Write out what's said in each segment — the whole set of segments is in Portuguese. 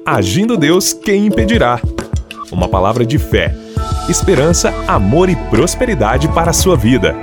Agindo Deus, quem impedirá? Uma palavra de fé, esperança, amor e prosperidade para a sua vida.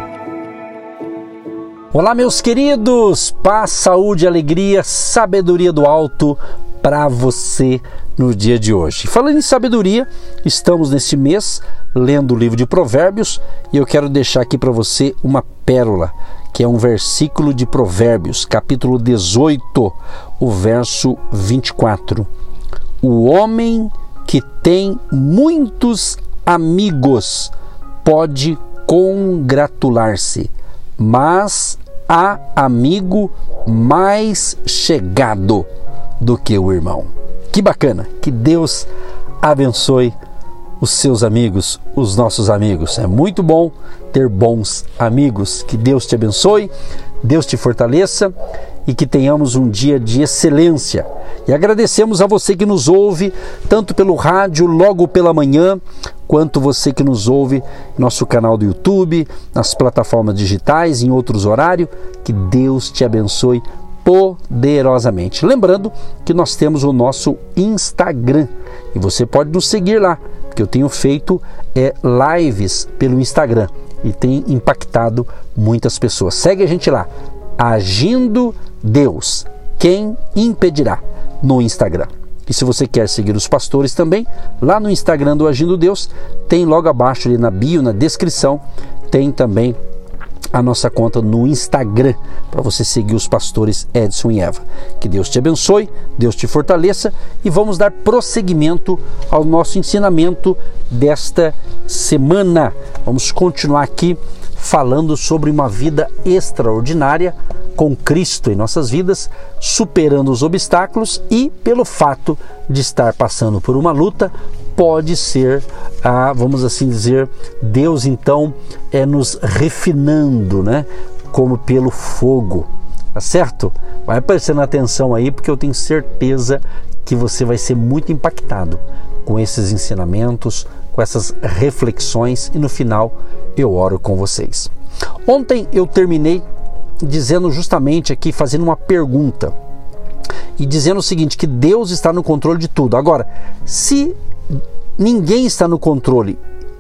Olá, meus queridos! Paz, saúde, alegria, sabedoria do alto para você no dia de hoje. Falando em sabedoria, estamos neste mês lendo o livro de Provérbios e eu quero deixar aqui para você uma pérola, que é um versículo de Provérbios, capítulo 18, o verso 24. O homem que tem muitos amigos pode congratular-se, mas há amigo mais chegado do que o irmão. Que bacana! Que Deus abençoe os seus amigos, os nossos amigos. É muito bom ter bons amigos. Que Deus te abençoe, Deus te fortaleça e que tenhamos um dia de excelência. E agradecemos a você que nos ouve, tanto pelo rádio, logo pela manhã, quanto você que nos ouve no nosso canal do YouTube, nas plataformas digitais, em outros horários. Que Deus te abençoe poderosamente. Lembrando que nós temos o nosso Instagram e você pode nos seguir lá, porque eu tenho feito lives pelo Instagram e tem impactado muitas pessoas. Segue a gente lá, Agindo Deus, quem impedirá, no Instagram. E se você quer seguir os pastores também, lá no Instagram do Agindo Deus, tem logo abaixo ali na bio, na descrição, tem também a nossa conta no Instagram, para você seguir os pastores Edson e Eva. Que Deus te abençoe, Deus te fortaleça e vamos dar prosseguimento ao nosso ensinamento desta semana. Vamos continuar aqui falando sobre uma vida extraordinária com Cristo em nossas vidas, superando os obstáculos e pelo fato de estar passando por uma luta, pode ser, vamos assim dizer, Deus então nos refinando, né? Como pelo fogo, tá certo? Vai prestando atenção aí, porque eu tenho certeza que você vai ser muito impactado com esses ensinamentos, com essas reflexões e no final eu oro com vocês. Ontem eu terminei dizendo justamente aqui, fazendo uma pergunta e dizendo o seguinte, que Deus está no controle de tudo. Agora, se ninguém está no controle,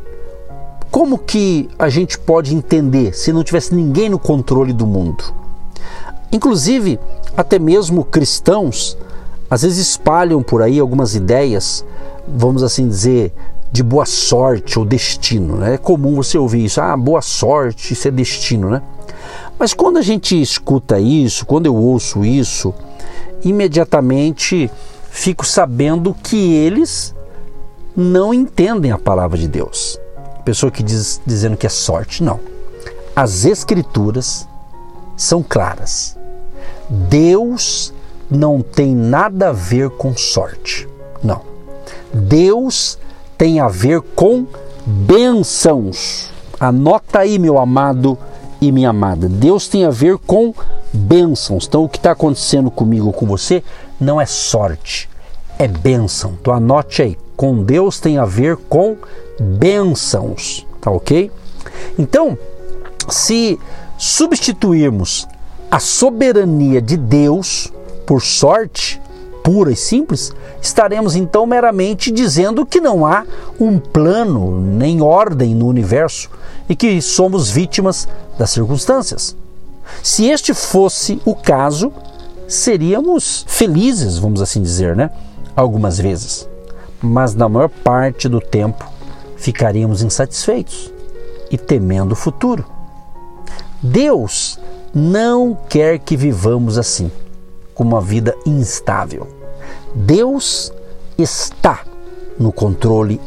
como que a gente pode entender se não tivesse ninguém no controle do mundo? Inclusive, até mesmo cristãos, às vezes espalham por aí algumas ideias, vamos assim dizer, de boa sorte ou destino, né? É comum você ouvir isso, boa sorte, isso é destino, né? Mas quando a gente escuta isso, quando eu ouço isso, imediatamente fico sabendo que eles não entendem a palavra de Deus. Pessoa que dizendo que é sorte, não. As Escrituras são claras. Deus não tem nada a ver com sorte, não. Deus tem a ver com bênçãos. Anota aí, meu amado e minha amada. Deus tem a ver com bênçãos. Então, o que está acontecendo comigo ou com você não é sorte, é bênção. Então, anote aí. Com Deus tem a ver com bênçãos, tá ok? Então, se substituirmos a soberania de Deus por sorte pura e simples, estaremos então meramente dizendo que não há um plano nem ordem no universo e que somos vítimas das circunstâncias. Se este fosse o caso, seríamos felizes, vamos assim dizer, né? Algumas vezes. Mas na maior parte do tempo ficaríamos insatisfeitos e temendo o futuro. Deus não quer que vivamos assim, com uma vida instável. Deus está no controle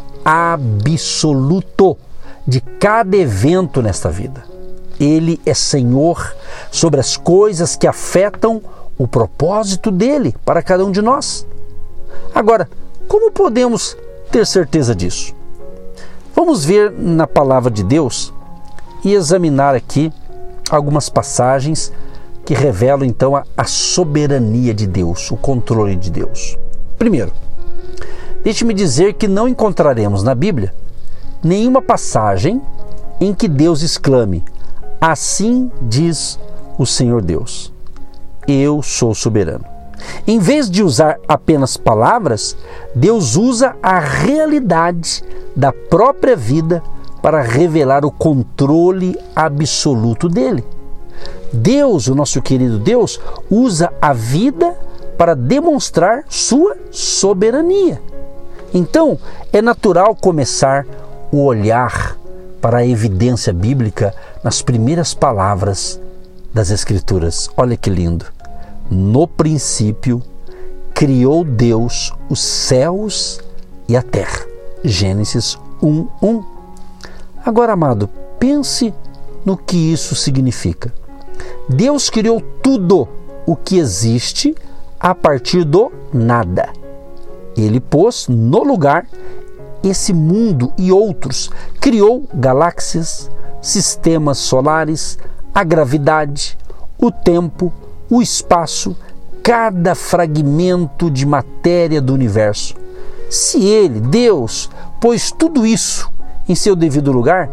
absoluto de cada evento nesta vida. Ele é Senhor sobre as coisas que afetam o propósito dele para cada um de nós. Agora, como podemos ter certeza disso? Vamos ver na palavra de Deus e examinar aqui algumas passagens que revelam então a soberania de Deus, o controle de Deus. Primeiro, deixe-me dizer que não encontraremos na Bíblia nenhuma passagem em que Deus exclame: assim diz o Senhor Deus, eu sou soberano. Em vez de usar apenas palavras, Deus usa a realidade da própria vida para revelar o controle absoluto dele. Deus, o nosso querido Deus, usa a vida para demonstrar sua soberania. Então, é natural começar o olhar para a evidência bíblica nas primeiras palavras das Escrituras. Olha que lindo! No princípio, criou Deus os céus e a terra. Gênesis 1:1. Agora, amado, pense no que isso significa. Deus criou tudo o que existe a partir do nada. Ele pôs no lugar esse mundo e outros. Criou galáxias, sistemas solares, a gravidade, o tempo, o espaço, cada fragmento de matéria do universo. Se Ele, Deus, pôs tudo isso em seu devido lugar,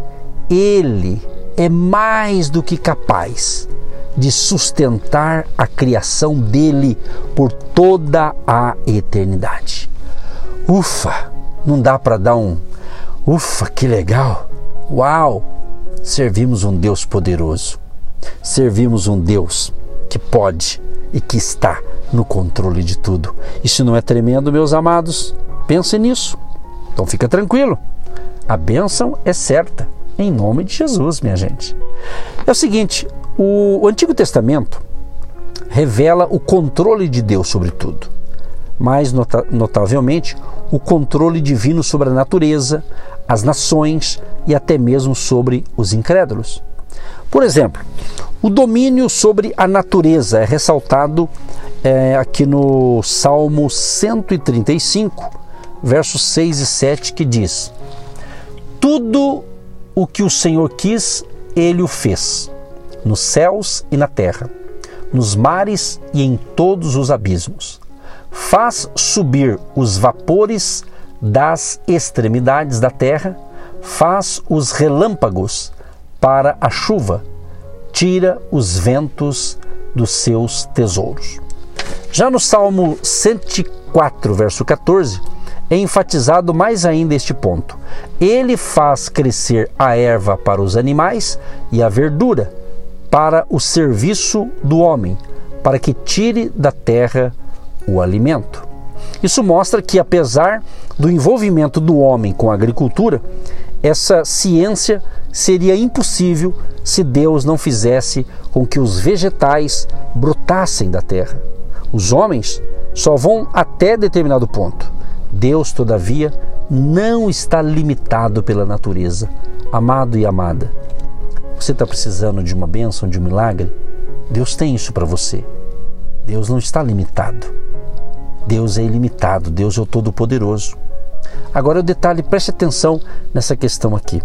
Ele é mais do que capaz de sustentar a criação dele por toda a eternidade. Ufa! Não dá para dar um ufa, que legal! Uau! Servimos um Deus poderoso. Servimos um Deus que pode e que está no controle de tudo. Isso não é tremendo, meus amados? Pensem nisso. Então fica tranquilo. A bênção é certa, em nome de Jesus, minha gente. É o seguinte, o Antigo Testamento revela o controle de Deus sobre tudo, mais notavelmente o controle divino sobre a natureza, as nações e até mesmo sobre os incrédulos. Por exemplo, o domínio sobre a natureza é ressaltado aqui no Salmo 135, versos 6 e 7, que diz: tudo o que o Senhor quis, Ele o fez, nos céus e na terra, nos mares e em todos os abismos. Faz subir os vapores das extremidades da terra, faz os relâmpagos para a chuva, tira os ventos dos seus tesouros. Já no Salmo 104, verso 14, é enfatizado mais ainda este ponto. Ele faz crescer a erva para os animais e a verdura para o serviço do homem, para que tire da terra o alimento. Isso mostra que, apesar do envolvimento do homem com a agricultura, essa ciência seria impossível se Deus não fizesse com que os vegetais brotassem da terra. Os homens só vão até determinado ponto. Deus, todavia, não está limitado pela natureza. Amado e amada, você está precisando de uma bênção, de um milagre? Deus tem isso para você. Deus não está limitado. Deus é ilimitado, Deus é o Todo-Poderoso. Agora o detalhe, preste atenção nessa questão aqui.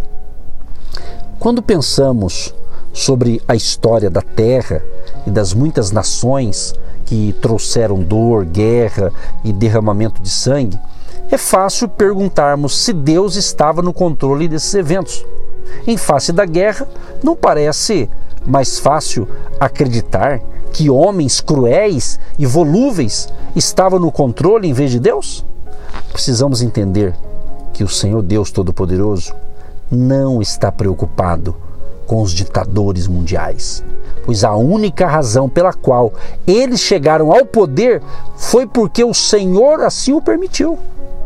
Quando pensamos sobre a história da Terra e das muitas nações que trouxeram dor, guerra e derramamento de sangue, é fácil perguntarmos se Deus estava no controle desses eventos. Em face da guerra, não parece mais fácil acreditar que homens cruéis e volúveis estavam no controle em vez de Deus? Precisamos entender que o Senhor Deus Todo-Poderoso não está preocupado com os ditadores mundiais, pois a única razão pela qual eles chegaram ao poder foi porque o Senhor assim o permitiu.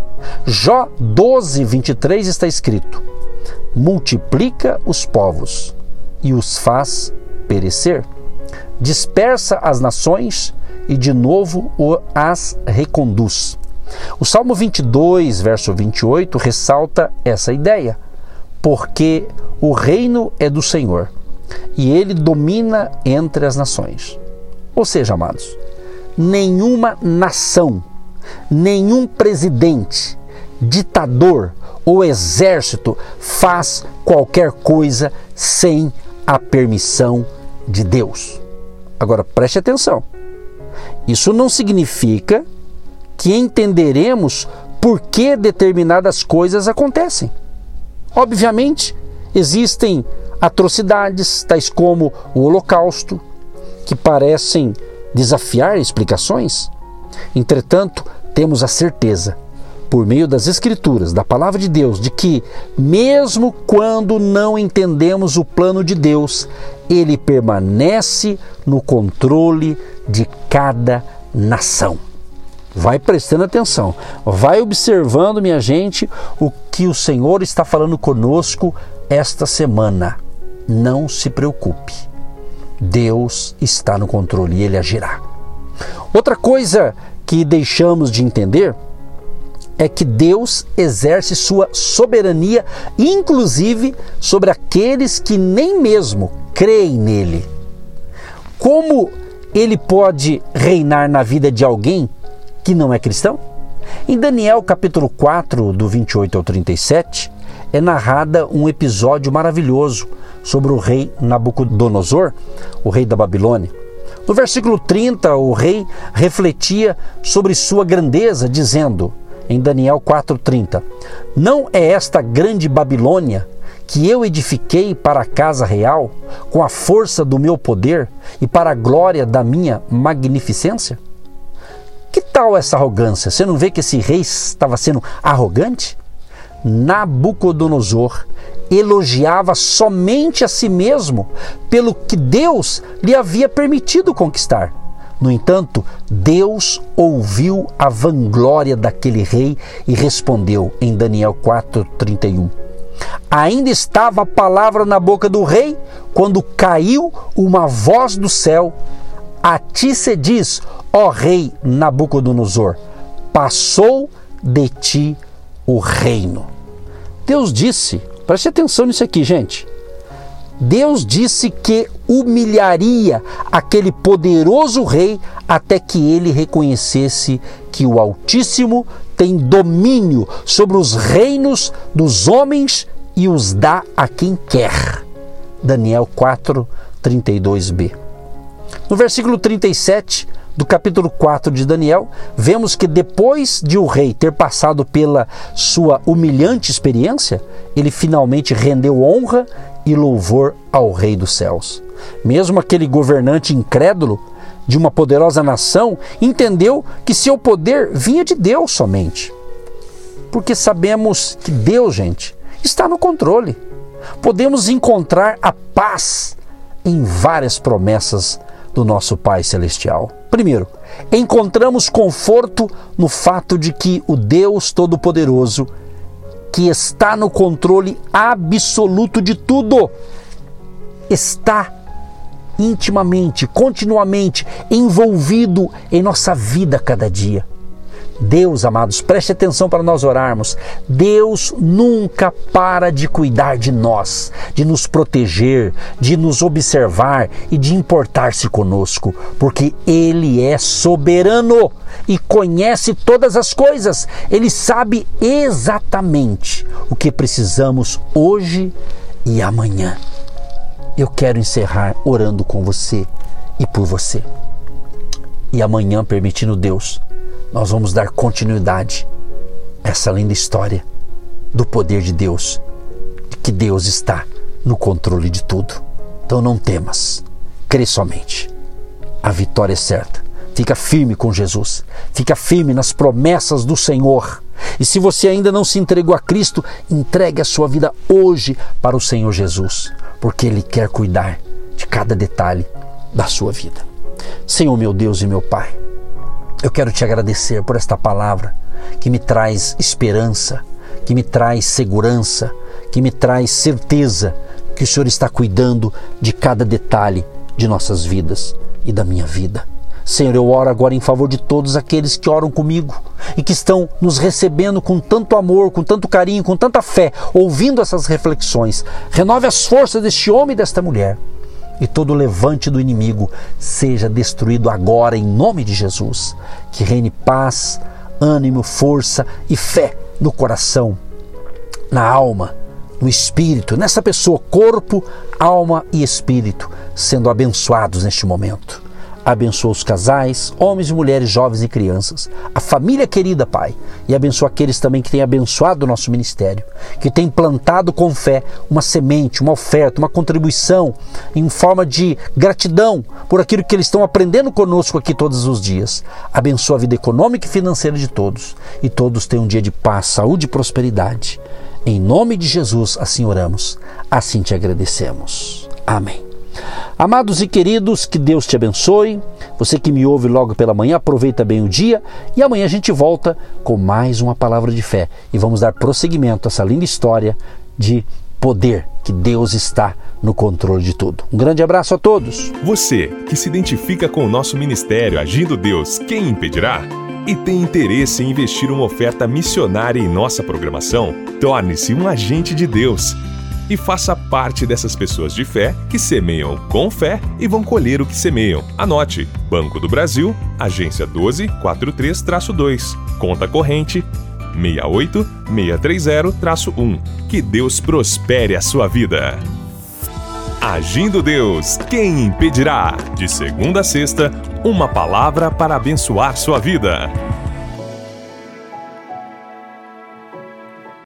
Jó 12, 23 está escrito: multiplica os povos e os faz perecer, dispersa as nações e de novo as reconduz. O Salmo 22, verso 28, ressalta essa ideia: porque o reino é do Senhor e Ele domina entre as nações. Ou seja, amados, nenhuma nação, nenhum presidente, ditador ou exército faz qualquer coisa sem a permissão de Deus. Agora preste atenção, isso não significa que entenderemos por que determinadas coisas acontecem. Obviamente, existem atrocidades, tais como o Holocausto, que parecem desafiar explicações. Entretanto, temos a certeza, por meio das Escrituras, da Palavra de Deus, de que, mesmo quando não entendemos o plano de Deus, Ele permanece no controle de cada nação. Vai prestando atenção, vai observando, minha gente, o que o Senhor está falando conosco esta semana. Não se preocupe, Deus está no controle e Ele agirá. Outra coisa que deixamos de entender é que Deus exerce sua soberania, inclusive sobre aqueles que nem mesmo creem nele. Como Ele pode reinar na vida de alguém que não é cristão? Em Daniel capítulo 4, do 28 ao 37, é narrada um episódio maravilhoso sobre o rei Nabucodonosor, o rei da Babilônia. No versículo 30, o rei refletia sobre sua grandeza, dizendo, em Daniel 4:30, não é esta grande Babilônia que eu edifiquei para a casa real, com a força do meu poder e para a glória da minha magnificência? Que tal essa arrogância? Você não vê que esse rei estava sendo arrogante? Nabucodonosor elogiava somente a si mesmo pelo que Deus lhe havia permitido conquistar. No entanto, Deus ouviu a vanglória daquele rei e respondeu em Daniel 4:31. Ainda estava a palavra na boca do rei, quando caiu uma voz do céu: a ti se diz, ó rei Nabucodonosor, passou de ti o reino. Deus disse, preste atenção nisso aqui, gente. Deus disse que humilharia aquele poderoso rei até que ele reconhecesse que o Altíssimo tem domínio sobre os reinos dos homens e os dá a quem quer. Daniel 4:32b. No versículo 37 do capítulo 4 de Daniel, vemos que depois de o rei ter passado pela sua humilhante experiência, ele finalmente rendeu honra e louvor ao Rei dos céus. Mesmo aquele governante incrédulo de uma poderosa nação entendeu que seu poder vinha de Deus somente. Porque sabemos que Deus, gente, está no controle. Podemos encontrar a paz em várias promessas do nosso Pai Celestial. Primeiro, encontramos conforto no fato de que o Deus Todo-Poderoso, que está no controle absoluto de tudo, está intimamente, continuamente envolvido em nossa vida a cada dia. Deus, amados, preste atenção para nós orarmos. Deus nunca para de cuidar de nós, de nos proteger, de nos observar e de importar-se conosco, porque Ele é soberano e conhece todas as coisas. Ele sabe exatamente o que precisamos hoje e amanhã. Eu quero encerrar orando com você e por você. E amanhã, permitindo Deus, nós vamos dar continuidade a essa linda história do poder de Deus, de que Deus está no controle de tudo. Então não temas, crê somente. A vitória é certa. Fica firme com Jesus, fica firme nas promessas do Senhor. E se você ainda não se entregou a Cristo, entregue a sua vida hoje para o Senhor Jesus, porque Ele quer cuidar de cada detalhe da sua vida. Senhor, meu Deus e meu Pai, eu quero te agradecer por esta palavra que me traz esperança, que me traz segurança, que me traz certeza que o Senhor está cuidando de cada detalhe de nossas vidas e da minha vida. Senhor, eu oro agora em favor de todos aqueles que oram comigo e que estão nos recebendo com tanto amor, com tanto carinho, com tanta fé, ouvindo essas reflexões. Renove as forças deste homem e desta mulher. E todo levante do inimigo seja destruído agora em nome de Jesus. Que reine paz, ânimo, força e fé no coração, na alma, no espírito, nessa pessoa, corpo, alma e espírito, sendo abençoados neste momento. Abençoa os casais, homens e mulheres, jovens e crianças. A família querida, Pai. E abençoa aqueles também que têm abençoado o nosso ministério, que têm plantado com fé uma semente, uma oferta, uma contribuição em forma de gratidão por aquilo que eles estão aprendendo conosco aqui todos os dias. Abençoa a vida econômica e financeira de todos. E todos tenham um dia de paz, saúde e prosperidade. Em nome de Jesus, assim oramos. Assim te agradecemos. Amém. Amados e queridos, que Deus te abençoe. Você que me ouve logo pela manhã, aproveita bem o dia e amanhã a gente volta com mais uma palavra de fé e vamos dar prosseguimento a essa linda história de poder, que Deus está no controle de tudo. Um grande abraço a todos. Você que se identifica com o nosso ministério Agindo Deus, quem impedirá? E tem interesse em investir uma oferta missionária em nossa programação? Torne-se um agente de Deus e faça parte dessas pessoas de fé que semeiam com fé e vão colher o que semeiam. Anote: Banco do Brasil, agência 12432-2, conta corrente 68630-1. Que Deus prospere a sua vida. Agindo Deus, quem impedirá? De segunda a sexta, uma palavra para abençoar sua vida.